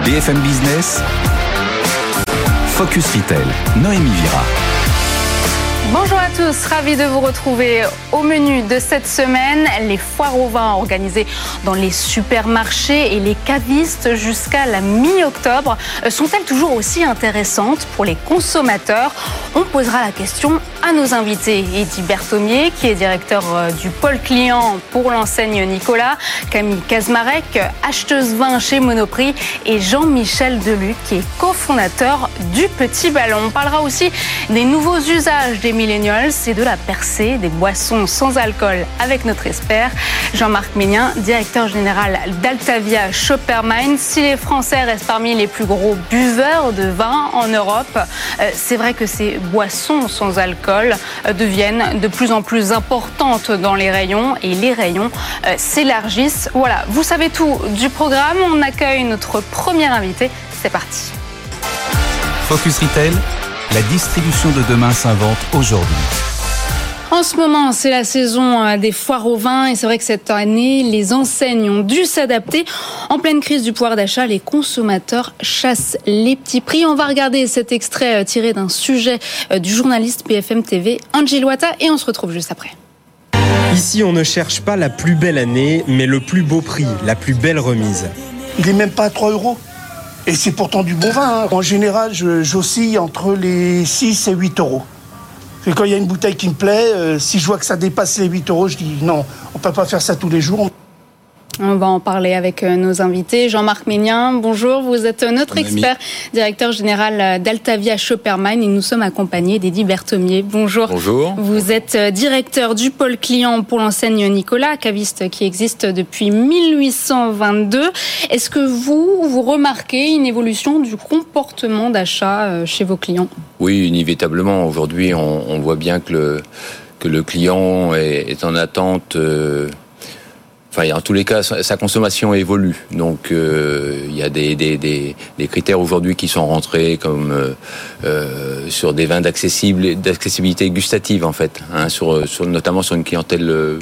BFM Business, Focus Retail, Noémie Vira. Bonjour à tous, ravi de vous retrouver au menu de cette semaine. Les foires au vin organisées dans les supermarchés et les cavistes jusqu'à la mi-octobre sont-elles toujours aussi intéressantes pour les consommateurs ? On posera la question à nos invités. Eddy Berthomier, qui est directeur du pôle client pour l'enseigne Nicolas, Camille Kazmarek, acheteuse vin chez Monoprix, et Jean-Michel Deluc, qui est cofondateur du Petit Ballon. On parlera aussi des nouveaux usages des millennials et de la percée des boissons sans alcool avec notre expert Jean-Marc Ménien, directeur général d'Altavia Shoppermine. Si les Français restent parmi les plus gros buveurs de vin en Europe, c'est vrai que ces boissons sans alcool deviennent de plus en plus importantes dans les rayons et les rayons s'élargissent. Voilà, vous savez tout du programme. On accueille notre premier invité. C'est parti. Focus Retail, la distribution de demain s'invente aujourd'hui. En ce moment, c'est la saison des foires au vin et c'est vrai que cette année, les enseignes ont dû s'adapter. En pleine crise du pouvoir d'achat, les consommateurs chassent les petits prix. On va regarder cet extrait tiré d'un sujet du journaliste BFM TV, Angelo Wata, et on se retrouve juste après. Ici, on ne cherche pas la plus belle année, mais le plus beau prix, la plus belle remise. Il n'est même pas à 3 €. Et c'est pourtant du bon vin. En général, j'oscille entre les 6 et 8 €. Et quand il y a une bouteille qui me plaît, si je vois que ça dépasse les 8 €, je dis non, on ne peut pas faire ça tous les jours. On va en parler avec nos invités. Jean-Marc Ménien, bonjour. Vous êtes notre expert, directeur général d'Altavia Shoppermine, et nous sommes accompagnés d'Eddy Berthomier. Bonjour. Bonjour. Vous êtes directeur du pôle client pour l'enseigne Nicolas, caviste qui existe depuis 1822. Est-ce que vous remarquez une évolution du comportement d'achat chez vos clients ? Oui, inévitablement. Aujourd'hui, on voit bien que le client est en attente. Enfin, en tous les cas, sa consommation évolue. Donc, il y a des critères aujourd'hui qui sont rentrés, comme sur des vins d'accessibilité gustative, en fait, hein, notamment sur une clientèle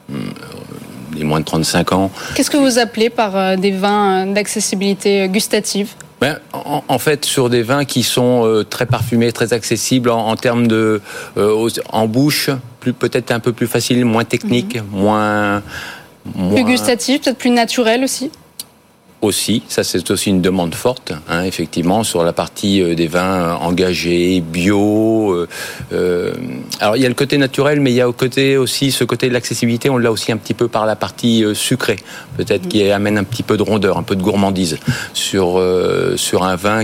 des moins de 35 ans. Qu'est-ce que vous appelez par des vins d'accessibilité gustative ? En fait, sur des vins qui sont très parfumés, très accessibles en termes de en bouche, peut-être un peu plus facile, moins technique, moins plus gustatif, peut-être plus naturel aussi. Aussi, ça c'est aussi une demande forte, hein, effectivement, sur la partie des vins engagés, bio. Alors il y a le côté naturel, mais il y a ce côté de l'accessibilité, on l'a aussi un petit peu par la partie sucrée, peut-être qui amène un petit peu de rondeur, un peu de gourmandise sur un vin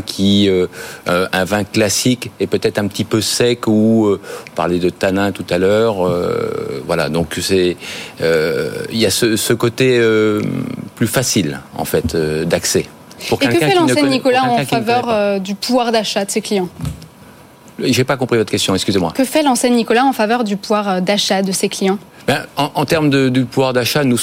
un vin classique est peut-être un petit peu sec, ou on parlait de tanin tout à l'heure. Voilà, donc il y a ce côté plus facile en fait. D'accès. Et que fait l'enseigne Nicolas en faveur du pouvoir d'achat de ses clients ? J'ai pas compris votre question, excusez-moi. Que fait l'enseigne Nicolas en faveur du pouvoir d'achat de ses clients ? En termes du pouvoir d'achat, nous,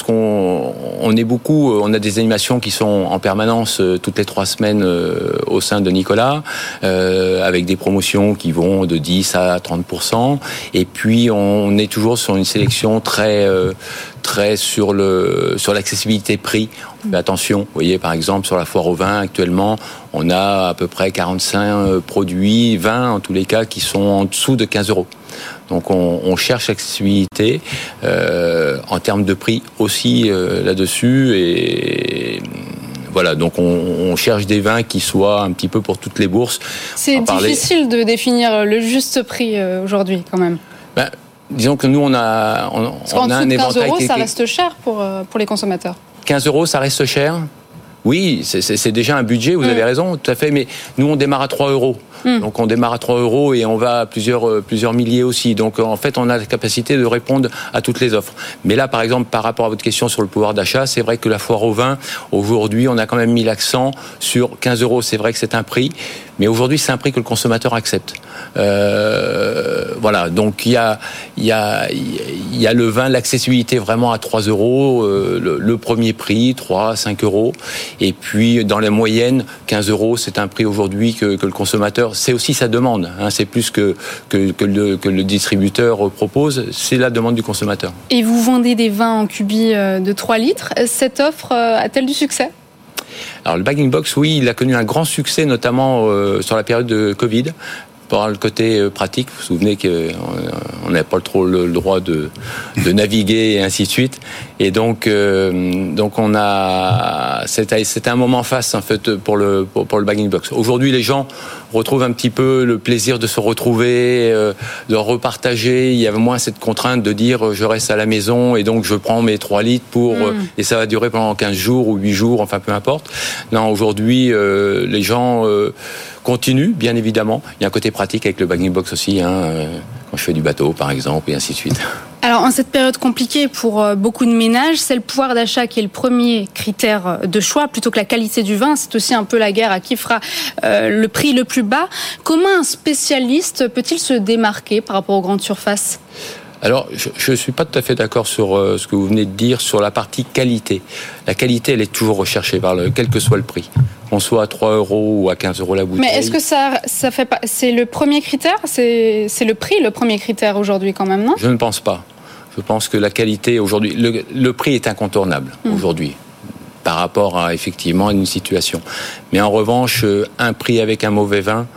on a des animations qui sont en permanence toutes les 3 semaines au sein de Nicolas, avec des promotions qui vont de 10 à 30%. Et puis, on est toujours sur une sélection très sur l'accessibilité prix. On fait attention. Vous voyez, par exemple, sur la foire au vin, actuellement, on a à peu près 45 produits, 20 en tous les cas, qui sont en dessous de 15 €. Donc on cherche l'accessibilité en termes de prix aussi là-dessus, et voilà, donc on cherche des vins qui soient un petit peu pour toutes les bourses. C'est difficile de définir le juste prix aujourd'hui quand même. Disons que nous on a un éventail. 15 €, ça reste cher pour les consommateurs. 15 €, ça reste cher. Oui, c'est déjà un budget, vous avez raison, tout à fait, mais nous on démarre à 3 €. Donc on démarre à 3 € et on va à plusieurs milliers aussi. Donc en fait, on a la capacité de répondre à toutes les offres. Mais là, par exemple, par rapport à votre question sur le pouvoir d'achat, c'est vrai que la foire au vin, aujourd'hui, on a quand même mis l'accent sur 15 €. C'est vrai que c'est un prix, mais aujourd'hui, c'est un prix que le consommateur accepte. Voilà, donc il y a le vin, l'accessibilité vraiment à 3 €, le premier prix, 3, 5 €. Et puis, dans la moyenne, 15 €, c'est un prix aujourd'hui que le consommateur, c'est aussi sa demande. Hein, c'est plus que le distributeur propose, c'est la demande du consommateur. Et vous vendez des vins en cubi de 3 litres. Cette offre a-t-elle du succès ? Alors le bag-in-box, oui, il a connu un grand succès, notamment sur la période de Covid. Par le côté pratique, vous vous souvenez qu'on n'avait pas trop le droit de naviguer et ainsi de suite. Et donc on a, c'était un moment face en fait pour le bag-in-box. Aujourd'hui, les gens retrouvent un petit peu le plaisir de se retrouver, de repartager. Il y avait moins cette contrainte de dire je reste à la maison et donc je prends mes 3 litres et ça va durer pendant 15 jours ou 8 jours, enfin peu importe. Non, aujourd'hui, les gens continue, bien évidemment. Il y a un côté pratique avec le bag-in-box aussi, quand je fais du bateau, par exemple, et ainsi de suite. Alors, en cette période compliquée pour beaucoup de ménages, c'est le pouvoir d'achat qui est le premier critère de choix, plutôt que la qualité du vin. C'est aussi un peu la guerre à qui fera le prix le plus bas. Comment un spécialiste peut-il se démarquer par rapport aux grandes surfaces ? Alors, je suis pas tout à fait d'accord sur ce que vous venez de dire sur la partie qualité. La qualité, elle est toujours recherchée quel que soit le prix. Qu'on soit à 3 € ou à 15 € la bouteille. Mais est-ce que ça fait pas, c'est le premier critère? C'est le prix, le premier critère aujourd'hui quand même, non? Je ne pense pas. Je pense que la qualité aujourd'hui, le prix est incontournable aujourd'hui. Par rapport à effectivement une situation. Mais en revanche, un prix avec un mauvais vin,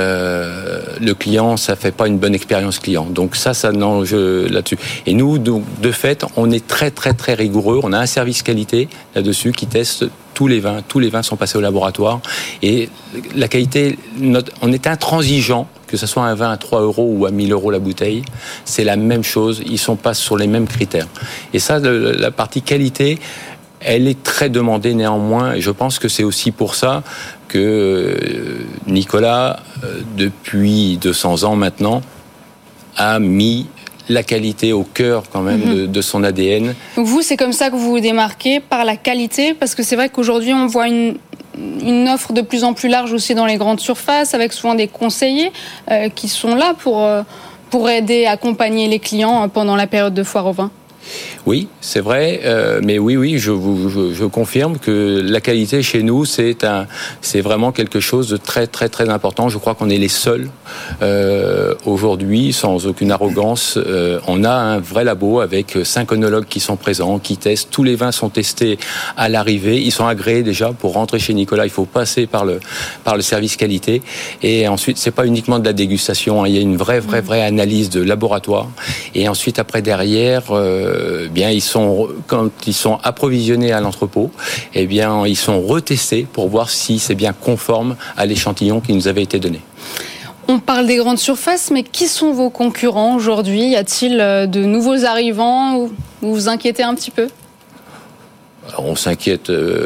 le client, ça fait pas une bonne expérience client. Donc ça non, là-dessus. Et nous, donc, de fait, on est très très très rigoureux. On a un service qualité là-dessus qui teste tous les vins. Tous les vins sont passés au laboratoire. Et la qualité, on est intransigeant. Que ce soit un vin à 3 € ou à 1 000 € la bouteille, c'est la même chose. Ils passent sur les mêmes critères. Et ça, la partie qualité, elle est très demandée néanmoins, et je pense que c'est aussi pour ça que Nicolas, depuis 200 ans maintenant, a mis la qualité au cœur quand même de son ADN. Donc vous, c'est comme ça que vous vous démarquez, par la qualité, parce que c'est vrai qu'aujourd'hui on voit une offre de plus en plus large aussi dans les grandes surfaces, avec souvent des conseillers qui sont là pour aider, accompagner les clients pendant la période de foire au vin. Oui, c'est vrai, mais oui, je confirme que la qualité chez nous, c'est vraiment quelque chose de très très très important. Je crois qu'on est les seuls aujourd'hui, sans aucune arrogance. On a un vrai labo avec 5 œnologues qui sont présents, qui testent. Tous les vins sont testés à l'arrivée. Ils sont agréés déjà pour rentrer chez Nicolas. Il faut passer par le service qualité. Et ensuite, c'est pas uniquement de la dégustation. Il y a une vraie analyse de laboratoire. Et ensuite, après derrière. Bien quand ils sont approvisionnés à l'entrepôt, ils sont retestés pour voir si c'est bien conforme à l'échantillon qui nous avait été donné. On parle des grandes surfaces, mais qui sont vos concurrents aujourd'hui? Y a-t-il de nouveaux arrivants ou vous vous inquiétez un petit peu? Alors on s'inquiète,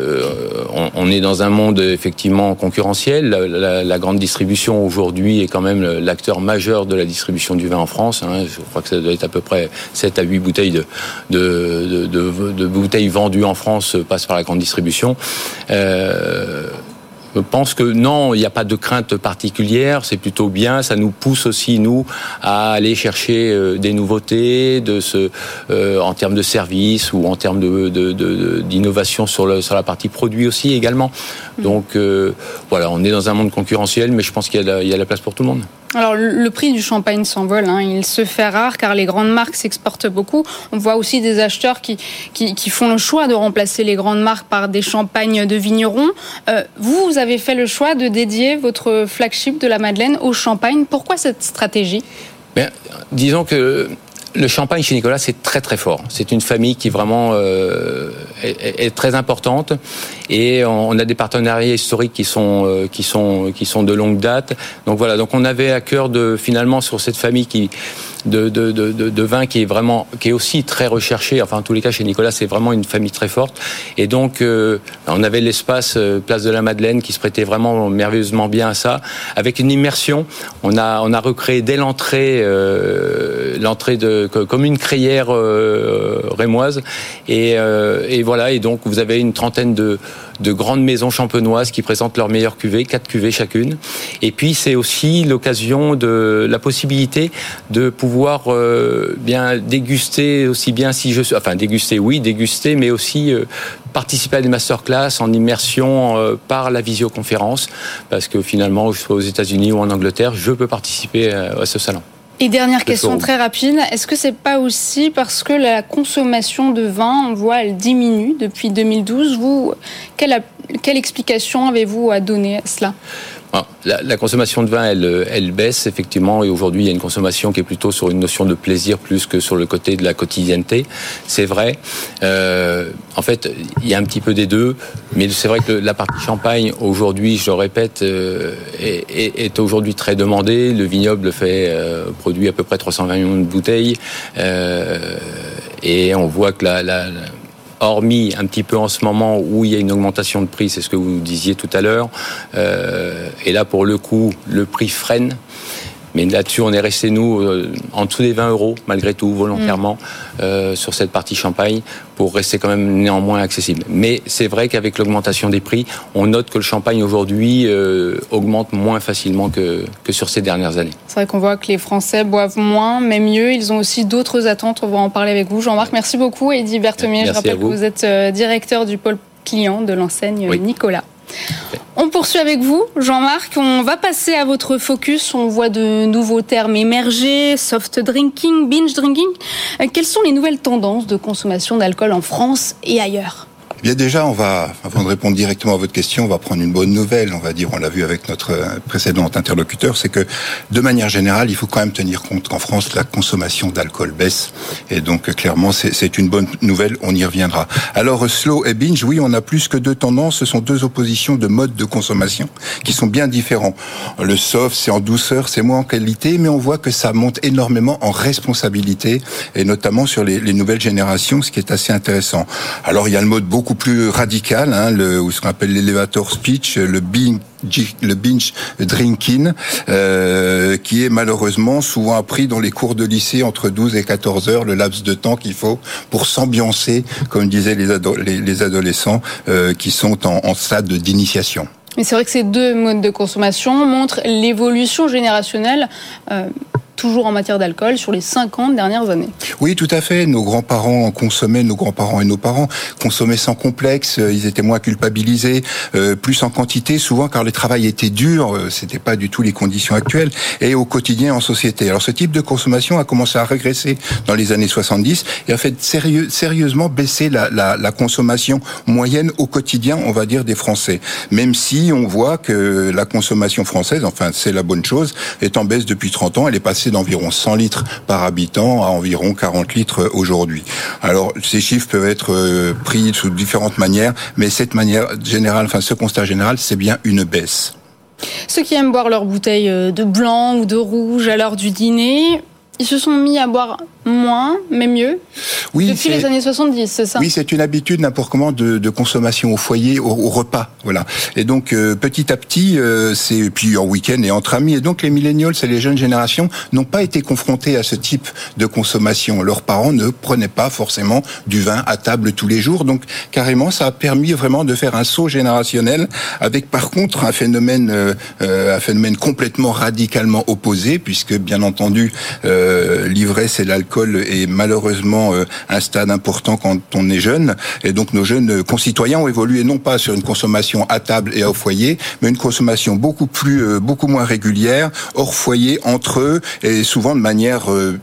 on est dans un monde effectivement concurrentiel. La grande distribution aujourd'hui est quand même l'acteur majeur de la distribution du vin en France. Je crois que ça doit être à peu près 7 à 8 bouteilles de bouteilles vendues en France passent par la grande distribution. Je pense que non, il n'y a pas de crainte particulière, c'est plutôt bien, ça nous pousse aussi, nous, à aller chercher des nouveautés en termes de services ou en termes d'innovation sur la partie produit aussi également. Donc voilà, on est dans un monde concurrentiel, mais je pense qu'il y a la place pour tout le monde. Alors le prix du champagne s'envole, il se fait rare car les grandes marques s'exportent beaucoup. On voit aussi des acheteurs qui font le choix de remplacer les grandes marques par des champagnes de vignerons. Vous avez fait le choix de dédier votre flagship de la Madeleine au champagne. Pourquoi cette stratégie ? Disons que le champagne chez Nicolas, c'est très très fort. C'est une famille qui vraiment est très importante et on a des partenariats historiques qui sont de longue date. Donc voilà, donc on avait à cœur de finalement sur cette famille de vin qui est aussi très recherché. Enfin, en tous les cas, chez Nicolas, c'est vraiment une famille très forte. Et donc, on avait l'espace Place de la Madeleine qui se prêtait vraiment merveilleusement bien à ça. Avec une immersion, on a recréé dès l'entrée comme une crayère rémoise. Et voilà. Et donc, vous avez une trentaine de grandes maisons champenoises qui présentent leurs meilleures cuvées, 4 cuvées chacune. Et puis, c'est aussi l'occasion la possibilité de pouvoir bien déguster aussi bien déguster, mais aussi participer à des masterclass en immersion par la visioconférence, parce que finalement, je sois aux États-Unis ou en Angleterre, je peux participer à ce salon. Et dernière question très rapide, est-ce que c'est pas aussi parce que la consommation de vin, on voit, elle diminue depuis 2012 ? Vous, quelle explication avez-vous à donner à cela ? La consommation de vin, elle baisse effectivement, et aujourd'hui il y a une consommation qui est plutôt sur une notion de plaisir plus que sur le côté de la quotidienneté. C'est vrai. En fait, il y a un petit peu des deux, mais c'est vrai que la partie champagne aujourd'hui, je le répète, est aujourd'hui très demandée. Le vignoble produit à peu près 320 millions de bouteilles, et on voit que hormis un petit peu en ce moment où il y a une augmentation de prix, c'est ce que vous disiez tout à l'heure, et là pour le coup le prix freine, mais là-dessus on est resté nous en dessous des 20 € malgré tout volontairement sur cette partie champagne pour rester quand même néanmoins accessible. Mais c'est vrai qu'avec l'augmentation des prix, on note que le champagne aujourd'hui augmente moins facilement que sur ces dernières années. C'est vrai qu'on voit que les Français boivent moins, mais mieux. Ils ont aussi d'autres attentes. On va en parler avec vous. Jean-Marc, merci beaucoup. Eddy Berthemier, je rappelle que vous êtes directeur du pôle client de l'enseigne Nicolas. On poursuit avec vous, Jean-Marc. On va passer à votre focus. On voit de nouveaux termes émerger, soft drinking, binge drinking. Quelles sont les nouvelles tendances de consommation d'alcool en France et ailleurs ? Bien déjà, avant de répondre directement à votre question, on va prendre une bonne nouvelle, on va dire, on l'a vu avec notre précédent interlocuteur, c'est que de manière générale, il faut quand même tenir compte qu'en France, la consommation d'alcool baisse. Et donc, clairement, c'est une bonne nouvelle, on y reviendra. Alors, slow et binge, oui, on a plus que deux tendances, ce sont deux oppositions de modes de consommation qui sont bien différents. Le soft, c'est en douceur, c'est moins en qualité, mais on voit que ça monte énormément en responsabilité, et notamment sur les nouvelles générations, ce qui est assez intéressant. Alors, il y a le mode beaucoup plus radical, ou ce qu'on appelle l'elevator speech, le binge drinking, qui est malheureusement souvent appris dans les cours de lycée entre 12 et 14 heures, le laps de temps qu'il faut pour s'ambiancer, comme disaient les adolescents qui sont en stade d'initiation. Mais c'est vrai que ces deux modes de consommation montrent l'évolution générationnelle toujours en matière d'alcool sur les 50 dernières années. Oui, tout à fait. Nos grands-parents consommaient, nos grands-parents et nos parents consommaient sans complexe. Ils étaient moins culpabilisés, plus en quantité, souvent car le travail était dur. C'était pas du tout les conditions actuelles et au quotidien en société. Alors ce type de consommation a commencé à régresser dans les années 70 et a fait sérieusement baisser la consommation moyenne au quotidien, on va dire, des Français. Même si on voit que la consommation française, enfin c'est la bonne chose, est en baisse depuis 30 ans. Elle est passée d'environ 100 litres par habitant à environ 40 litres aujourd'hui. Alors, ces chiffres peuvent être pris sous différentes manières, mais cette manière générale, ce constat général, c'est bien une baisse. Ceux qui aiment boire leur bouteille de blanc ou de rouge à l'heure du dîner, ils se sont mis à boire moins, mais mieux. Oui, depuis les années 70, c'est ça ? Oui, c'est une habitude n'importe comment de consommation au foyer, au repas, voilà. Et donc petit à petit, puis en week-end et entre amis. Et donc les millennials et les jeunes générations n'ont pas été confrontés à ce type de consommation. Leurs parents ne prenaient pas forcément du vin à table tous les jours. Donc carrément, ça a permis vraiment de faire un saut générationnel, avec par contre un phénomène complètement radicalement opposé, puisque bien entendu l'ivresse et l'alcool est malheureusement un stade important quand on est jeune, et donc nos jeunes concitoyens ont évolué non pas sur une consommation à table et au foyer, mais une consommation beaucoup moins régulière, hors foyer, entre eux, et souvent de manière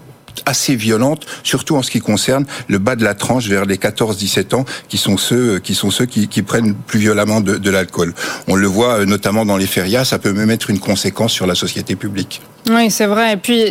assez violente, surtout en ce qui concerne le bas de la tranche vers les 14-17 ans, qui sont ceux qui prennent plus violemment de l'alcool. On le voit notamment dans les férias, ça peut même être une conséquence sur la société publique. Oui, c'est vrai. Et puis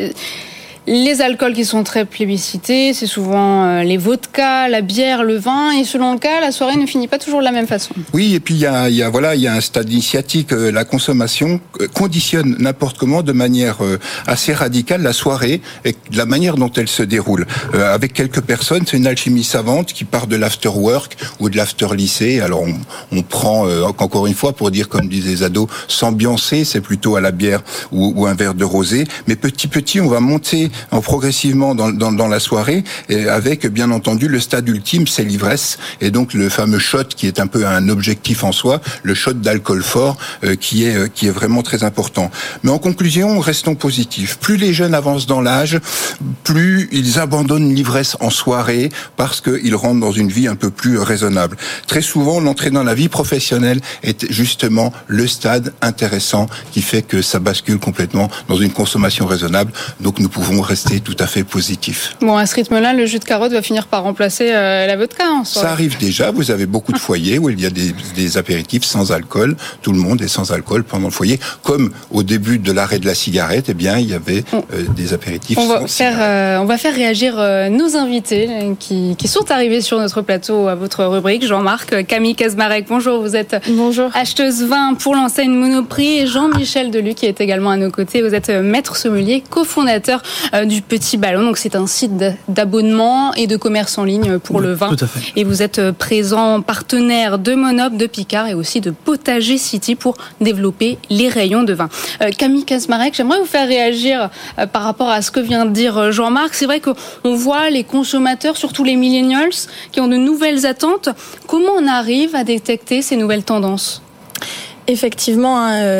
les alcools qui sont très plébiscités, c'est souvent les vodkas, la bière, le vin, et selon le cas, la soirée ne finit pas toujours de la même façon. Oui, et puis il y a un stade initiatique. La consommation conditionne n'importe comment, de manière assez radicale, la soirée et la manière dont elle se déroule. Avec quelques personnes, c'est une alchimie savante qui part de l'after-work ou de l'after-lycée. Alors on prend, encore une fois, pour dire comme disent les ados, s'ambiancer, c'est plutôt à la bière ou un verre de rosé. Mais petit, on va monter progressivement dans la soirée, et avec bien entendu le stade ultime, c'est l'ivresse, et donc le fameux shot qui est un peu un objectif en soi, le shot d'alcool fort qui est vraiment très important. Mais en conclusion, restons positifs. Plus les jeunes avancent dans l'âge, plus ils abandonnent l'ivresse en soirée parce qu'ils rentrent dans une vie un peu plus raisonnable. Très souvent, l'entrée dans la vie professionnelle est justement le stade intéressant qui fait que ça bascule complètement dans une consommation raisonnable. Donc nous pouvons rester tout à fait positifs. Bon, à ce rythme-là, le jus de carotte va finir par remplacer la vodka. Ça arrive déjà. Vous avez beaucoup de foyers où il y a des apéritifs sans alcool. Tout le monde est sans alcool pendant le foyer. Comme au début de l'arrêt de la cigarette, eh bien, il y avait des apéritifs sans cigarette. On va faire réagir nos invités qui sont arrivés sur notre plateau à votre rubrique. Jean-Marc, Camille Kaczmarek, bonjour. Vous êtes acheteuse vin pour l'enseigne Monoprix. Et Jean-Michel Deluc qui est également à nos côtés. Vous êtes maître sommelier, cofondateur du Petit Ballon. Donc c'est un site d'abonnement et de commerce en ligne pour le vin. Tout à fait. Et vous êtes présent partenaire de Monop, de Picard et aussi de Potager City pour développer les rayons de vin. Camille Kaczmarek, j'aimerais vous faire réagir par rapport à ce que vient de dire Jean-Marc. C'est vrai qu'on voit les consommateurs, surtout les millennials, qui ont de nouvelles attentes. Comment on arrive à détecter ces nouvelles tendances ? Effectivement,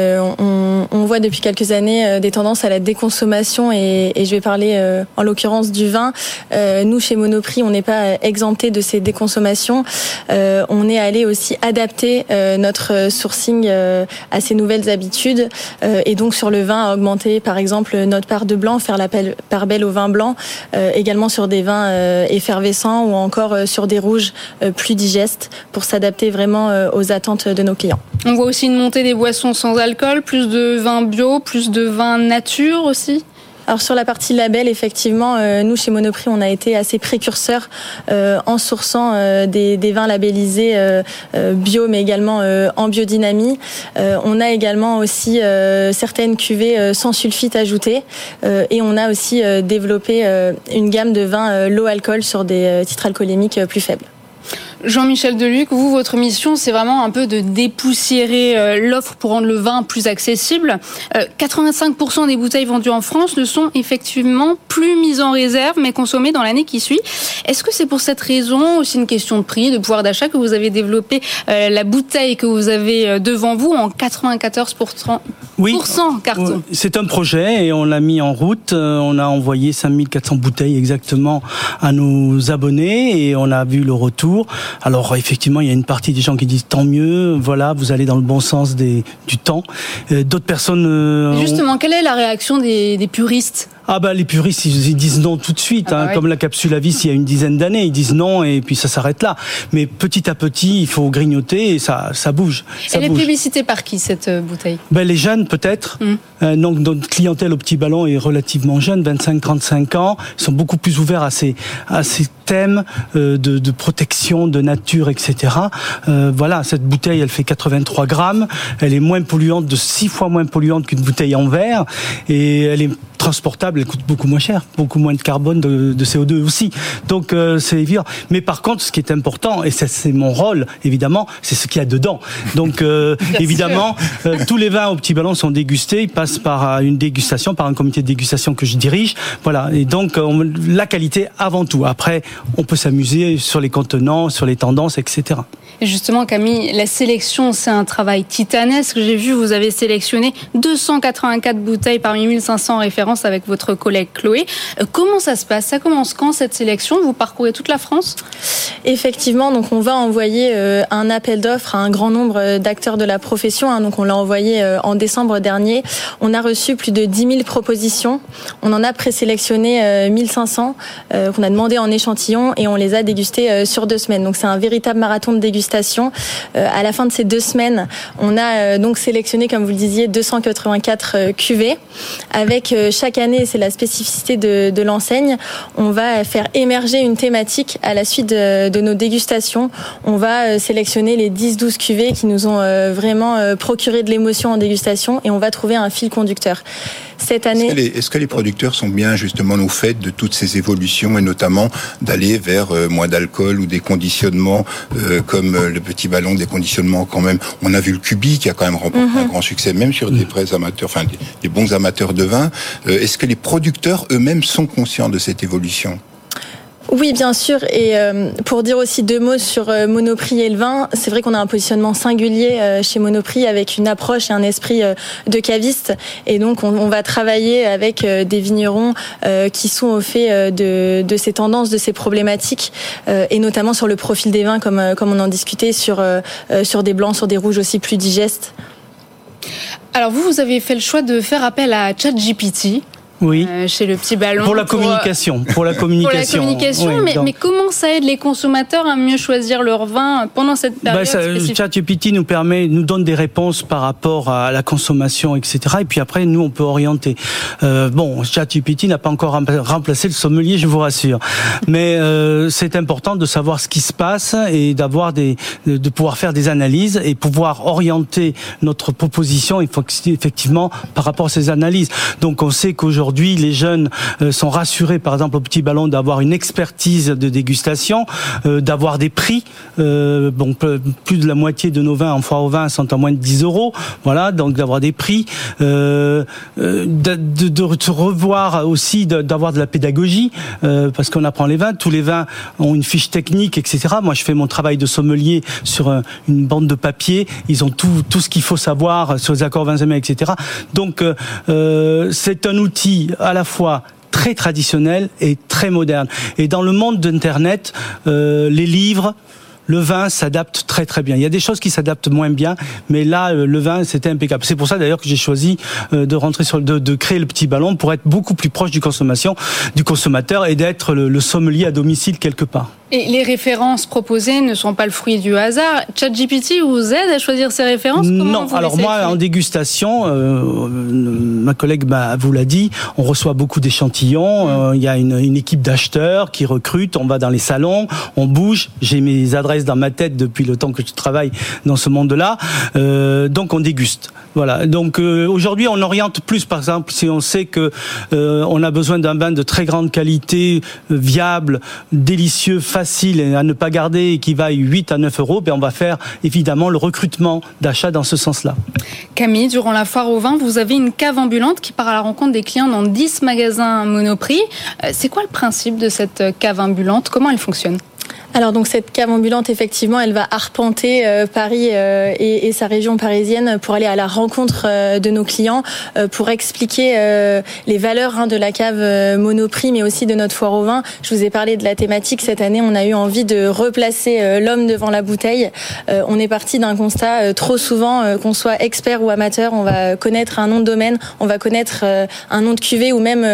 on voit depuis quelques années des tendances à la déconsommation et je vais parler en l'occurrence du vin. Nous, chez Monoprix, on n'est pas exempté de ces déconsommations. On est allé aussi adapter notre sourcing à ces nouvelles habitudes et donc sur le vin, à augmenter par exemple notre part de blanc, faire la part belle au vin blanc, également sur des vins effervescents ou encore sur des rouges plus digestes pour s'adapter vraiment aux attentes de nos clients. On voit aussi une montée des boissons sans alcool, plus de vin bio, plus de vin nature aussi. Alors sur la partie label, effectivement, nous chez Monoprix, on a été assez précurseurs en sourçant des vins labellisés bio, mais également en biodynamie. On a également aussi certaines cuvées sans sulfite ajouté, et on a aussi développé une gamme de vins low alcool sur des titres alcoolémiques plus faibles. Jean-Michel Deluc, vous, votre mission, c'est vraiment un peu de dépoussiérer l'offre pour rendre le vin plus accessible. 85% des bouteilles vendues en France ne sont effectivement plus mises en réserve, mais consommées dans l'année qui suit. Est-ce que c'est pour cette raison, aussi une question de prix, de pouvoir d'achat, que vous avez développé la bouteille que vous avez devant vous en 94% carton? C'est un projet et on l'a mis en route. On a envoyé 5400 bouteilles exactement à nos abonnés et on a vu le retour. Alors effectivement, il y a une partie des gens qui disent tant mieux, voilà, vous allez dans le bon sens du temps. D'autres personnes... Justement, quelle est la réaction des puristes ? Ah bah les puristes ils disent non tout de suite, oui. Comme la capsule à vis il y a une dizaine d'années, ils disent non et puis ça s'arrête là. Mais petit à petit il faut grignoter et ça bouge. Elle est publicitée par qui cette bouteille ? Les jeunes peut-être. Donc notre clientèle au Petit Ballon est relativement jeune, 25-35 ans. Ils sont beaucoup plus ouverts à ces thèmes de protection, de nature, etc. Voilà, cette bouteille elle fait 83 grammes, elle est moins polluante, de 6 fois moins polluante qu'une bouteille en verre et elle est transportable, elle coûte beaucoup moins cher, beaucoup moins de carbone, de CO2 aussi. Donc c'est évident. Mais par contre, ce qui est important, et c'est mon rôle, évidemment, c'est ce qu'il y a dedans. Donc évidemment, tous les vins au Petit Ballon sont dégustés, ils passent par une dégustation, par un comité de dégustation que je dirige. Voilà. Et donc la qualité avant tout. Après, on peut s'amuser sur les contenants, sur les tendances, etc. Et justement, Camille, la sélection, c'est un travail titanesque. J'ai vu, vous avez sélectionné 284 bouteilles parmi 1500 références avec votre collègue Chloé. Comment ça se passe ? Ça commence quand cette sélection ? Vous parcourez toute la France ? Effectivement, donc on va envoyer un appel d'offres à un grand nombre d'acteurs de la profession. Donc on l'a envoyé en décembre dernier. On a reçu plus de 10 000 propositions. On en a présélectionné 1500 qu'on a demandé en échantillon et on les a dégustés sur 2 semaines. Donc c'est un véritable marathon de dégustation. À la fin de ces 2 semaines, on a donc sélectionné, comme vous le disiez, 284 cuvées avec chaque année, c'est la spécificité de l'enseigne, on va faire émerger une thématique à la suite de nos dégustations. On va sélectionner les 10-12 cuvées qui nous ont vraiment procuré de l'émotion en dégustation et on va trouver un fil conducteur. Cette année... Est-ce que les producteurs sont bien justement au fait de toutes ces évolutions et notamment d'aller vers moins d'alcool ou des conditionnements comme le Petit Ballon, des conditionnements quand même. On a vu le Cubi qui a quand même remporté un grand succès, même sur des vrais amateurs, enfin des bons amateurs de vin. Est-ce que les producteurs eux-mêmes sont conscients de cette évolution ? Oui, bien sûr. Et pour dire aussi 2 mots sur Monoprix et le vin, c'est vrai qu'on a un positionnement singulier chez Monoprix avec une approche et un esprit de caviste. Et donc, on va travailler avec des vignerons qui sont au fait de ces tendances, de ces problématiques, et notamment sur le profil des vins, comme on en discutait, sur des blancs, sur des rouges aussi plus digestes. Alors vous avez fait le choix de faire appel à ChatGPT. Oui. Chez le petit ballon. Pour la communication. Pour la communication. Oui, mais comment ça aide les consommateurs à mieux choisir leur vin pendant cette période spécifique ? ChatGPT nous donne des réponses par rapport à la consommation, etc. Et puis après, nous, on peut orienter. ChatGPT n'a pas encore remplacé le sommelier, je vous rassure. Mais c'est important de savoir ce qui se passe et de pouvoir faire des analyses et pouvoir orienter notre proposition effectivement par rapport à ces analyses. Donc on sait qu'aujourd'hui, les jeunes sont rassurés, par exemple, au petit ballon, d'avoir une expertise de dégustation, d'avoir des prix. Plus de la moitié de nos vins en foire au vin sont à moins de 10 €. Voilà, donc d'avoir des prix, de revoir aussi, d'avoir de la pédagogie, parce qu'on apprend les vins. Tous les vins ont une fiche technique, etc. Moi, je fais mon travail de sommelier sur une bande de papier. Ils ont tout ce qu'il faut savoir sur les accords vins et mets, etc. Donc, c'est un outil à la fois très traditionnel et très moderne. Et dans le monde d'Internet, les livres, le vin s'adapte très très bien. Il y a des choses qui s'adaptent moins bien, mais là, le vin, c'était impeccable. C'est pour ça d'ailleurs que j'ai choisi de créer le petit ballon pour être beaucoup plus proche du consommateur et d'être le sommelier à domicile quelque part. Et les références proposées ne sont pas le fruit du hasard. ChatGPT vous aide à choisir ces références ? Non, alors moi, en dégustation, ma collègue vous l'a dit, on reçoit beaucoup d'échantillons. Il y a une équipe d'acheteurs qui recrutent. On va dans les salons, on bouge. J'ai mes adresses dans ma tête depuis le temps que je travaille dans ce monde-là. Donc on déguste. Voilà. Donc aujourd'hui, on oriente plus. Par exemple, si on sait que on a besoin d'un vin de très grande qualité, viable, délicieux, facile à ne pas garder et qui vaille 8 à 9 €, on va faire évidemment le recrutement d'achat dans ce sens-là. Camille, durant la foire au vin, vous avez une cave ambulante qui part à la rencontre des clients dans 10 magasins Monoprix. C'est quoi le principe de cette cave ambulante ? Comment elle fonctionne ? Alors donc cette cave ambulante, effectivement, elle va arpenter Paris et sa région parisienne pour aller à la rencontre de nos clients, pour expliquer les valeurs de la cave Monoprix, mais aussi de notre foire au vin. Je vous ai parlé de la thématique. Cette année, on a eu envie de replacer l'homme devant la bouteille. On est parti d'un constat, trop souvent, qu'on soit expert ou amateur, on va connaître un nom de domaine, on va connaître un nom de cuvée ou même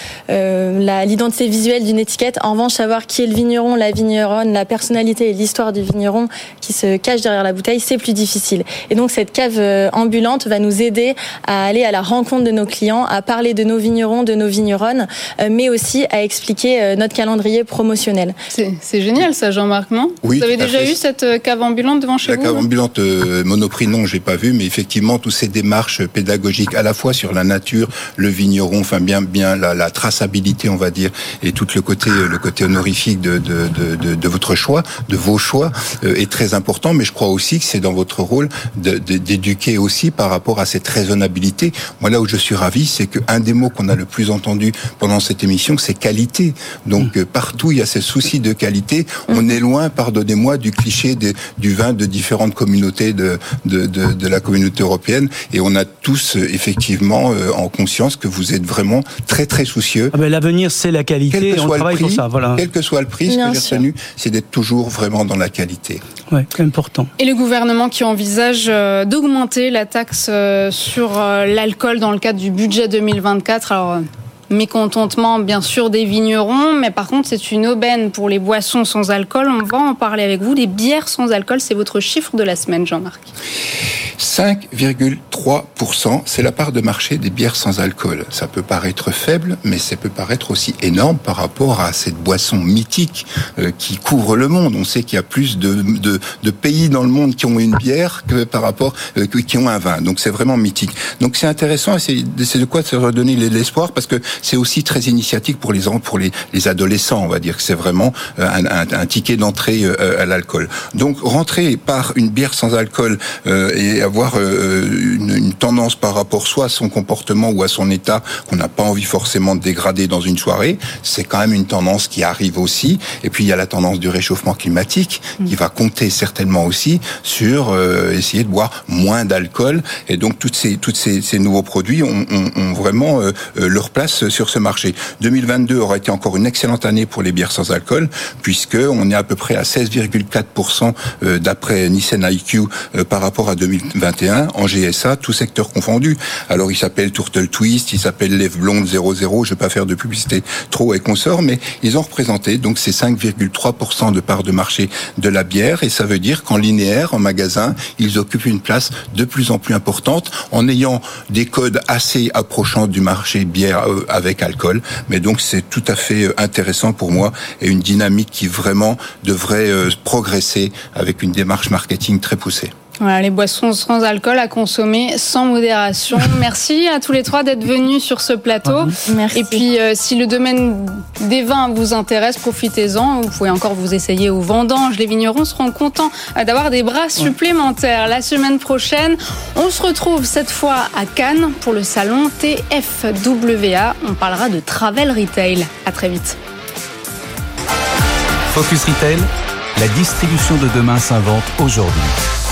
l'identité visuelle d'une étiquette. En revanche, savoir qui est le vigneron, la vigneronne, la personnalité et l'histoire du vigneron qui se cache derrière la bouteille, c'est plus difficile. Et donc cette cave ambulante va nous aider à aller à la rencontre de nos clients, à parler de nos vignerons, de nos vigneronnes, mais aussi à expliquer notre calendrier promotionnel. C'est génial ça, Jean-Marc, non ? Oui, vous avez déjà eu cette cave ambulante devant chez vous ? La cave ambulante Monoprix, non, j'ai pas vu, mais effectivement, toutes ces démarches pédagogiques, à la fois sur la nature, le vigneron, enfin bien la traçabilité, on va dire, et tout le côté honorifique de votre choix, de vos choix, est très important, mais je crois aussi que c'est dans votre rôle d'éduquer aussi par rapport à cette raisonnabilité. Moi, là où je suis ravi, c'est qu'un des mots qu'on a le plus entendu pendant cette émission, c'est qualité. Donc, partout, il y a ce souci de qualité. On est loin, pardonnez-moi, du cliché du vin de différentes communautés de la communauté européenne, et on a tous, effectivement, en conscience que vous êtes vraiment très, très soucieux. L'avenir, c'est la qualité, et on travaille pour ça, voilà. Quel que soit le prix, ce que j'ai retenu, c'est d'être toujours vraiment dans la qualité. Oui, important. Et le gouvernement qui envisage d'augmenter la taxe sur l'alcool dans le cadre du budget 2024. Alors, mécontentement, bien sûr, des vignerons, mais par contre, c'est une aubaine pour les boissons sans alcool. On va en parler avec vous. Les bières sans alcool, c'est votre chiffre de la semaine, Jean-Marc. 5,3%, c'est la part de marché des bières sans alcool. Ça peut paraître faible, mais ça peut paraître aussi énorme par rapport à cette boisson mythique qui couvre le monde. On sait qu'il y a plus de pays dans le monde qui ont une bière que par rapport qui ont un vin. Donc c'est vraiment mythique. Donc c'est intéressant, c'est de quoi se redonner l'espoir, parce que c'est aussi très initiatique pour les adolescents, on va dire que c'est vraiment un ticket d'entrée à l'alcool. Donc rentrer par une bière sans alcool et avoir une tendance par rapport soit à son comportement ou à son état qu'on n'a pas envie forcément de dégrader dans une soirée. C'est quand même une tendance qui arrive aussi. Et puis il y a la tendance du réchauffement climatique qui va compter certainement aussi sur essayer de boire moins d'alcool. Et donc toutes ces nouveaux produits ont vraiment leur place sur ce marché. 2022 aura été encore une excellente année pour les bières sans alcool, puisque on est à peu près à 16,4% d'après Nielsen IQ par rapport à 2021 en GSA, tout secteur confondu. Alors il s'appelle Turtle Twist, il s'appelle Lève Blonde 00, je vais pas faire de publicité trop et consorts, mais ils ont représenté donc ces 5,3% de part de marché de la bière, et ça veut dire qu'en linéaire, en magasin, ils occupent une place de plus en plus importante en ayant des codes assez approchants du marché bière avec alcool. Mais donc c'est tout à fait intéressant pour moi et une dynamique qui vraiment devrait progresser avec une démarche marketing très poussée. Voilà, les boissons sans alcool à consommer sans modération. Merci à tous les trois d'être venus sur ce plateau. Merci. Et puis, si le domaine des vins vous intéresse, profitez-en. Vous pouvez encore vous essayer aux vendanges. Les vignerons seront contents d'avoir des bras supplémentaires. La semaine prochaine, on se retrouve cette fois à Cannes pour le salon TFWA. On parlera de travel retail. À très vite. Focus Retail, la distribution de demain s'invente aujourd'hui.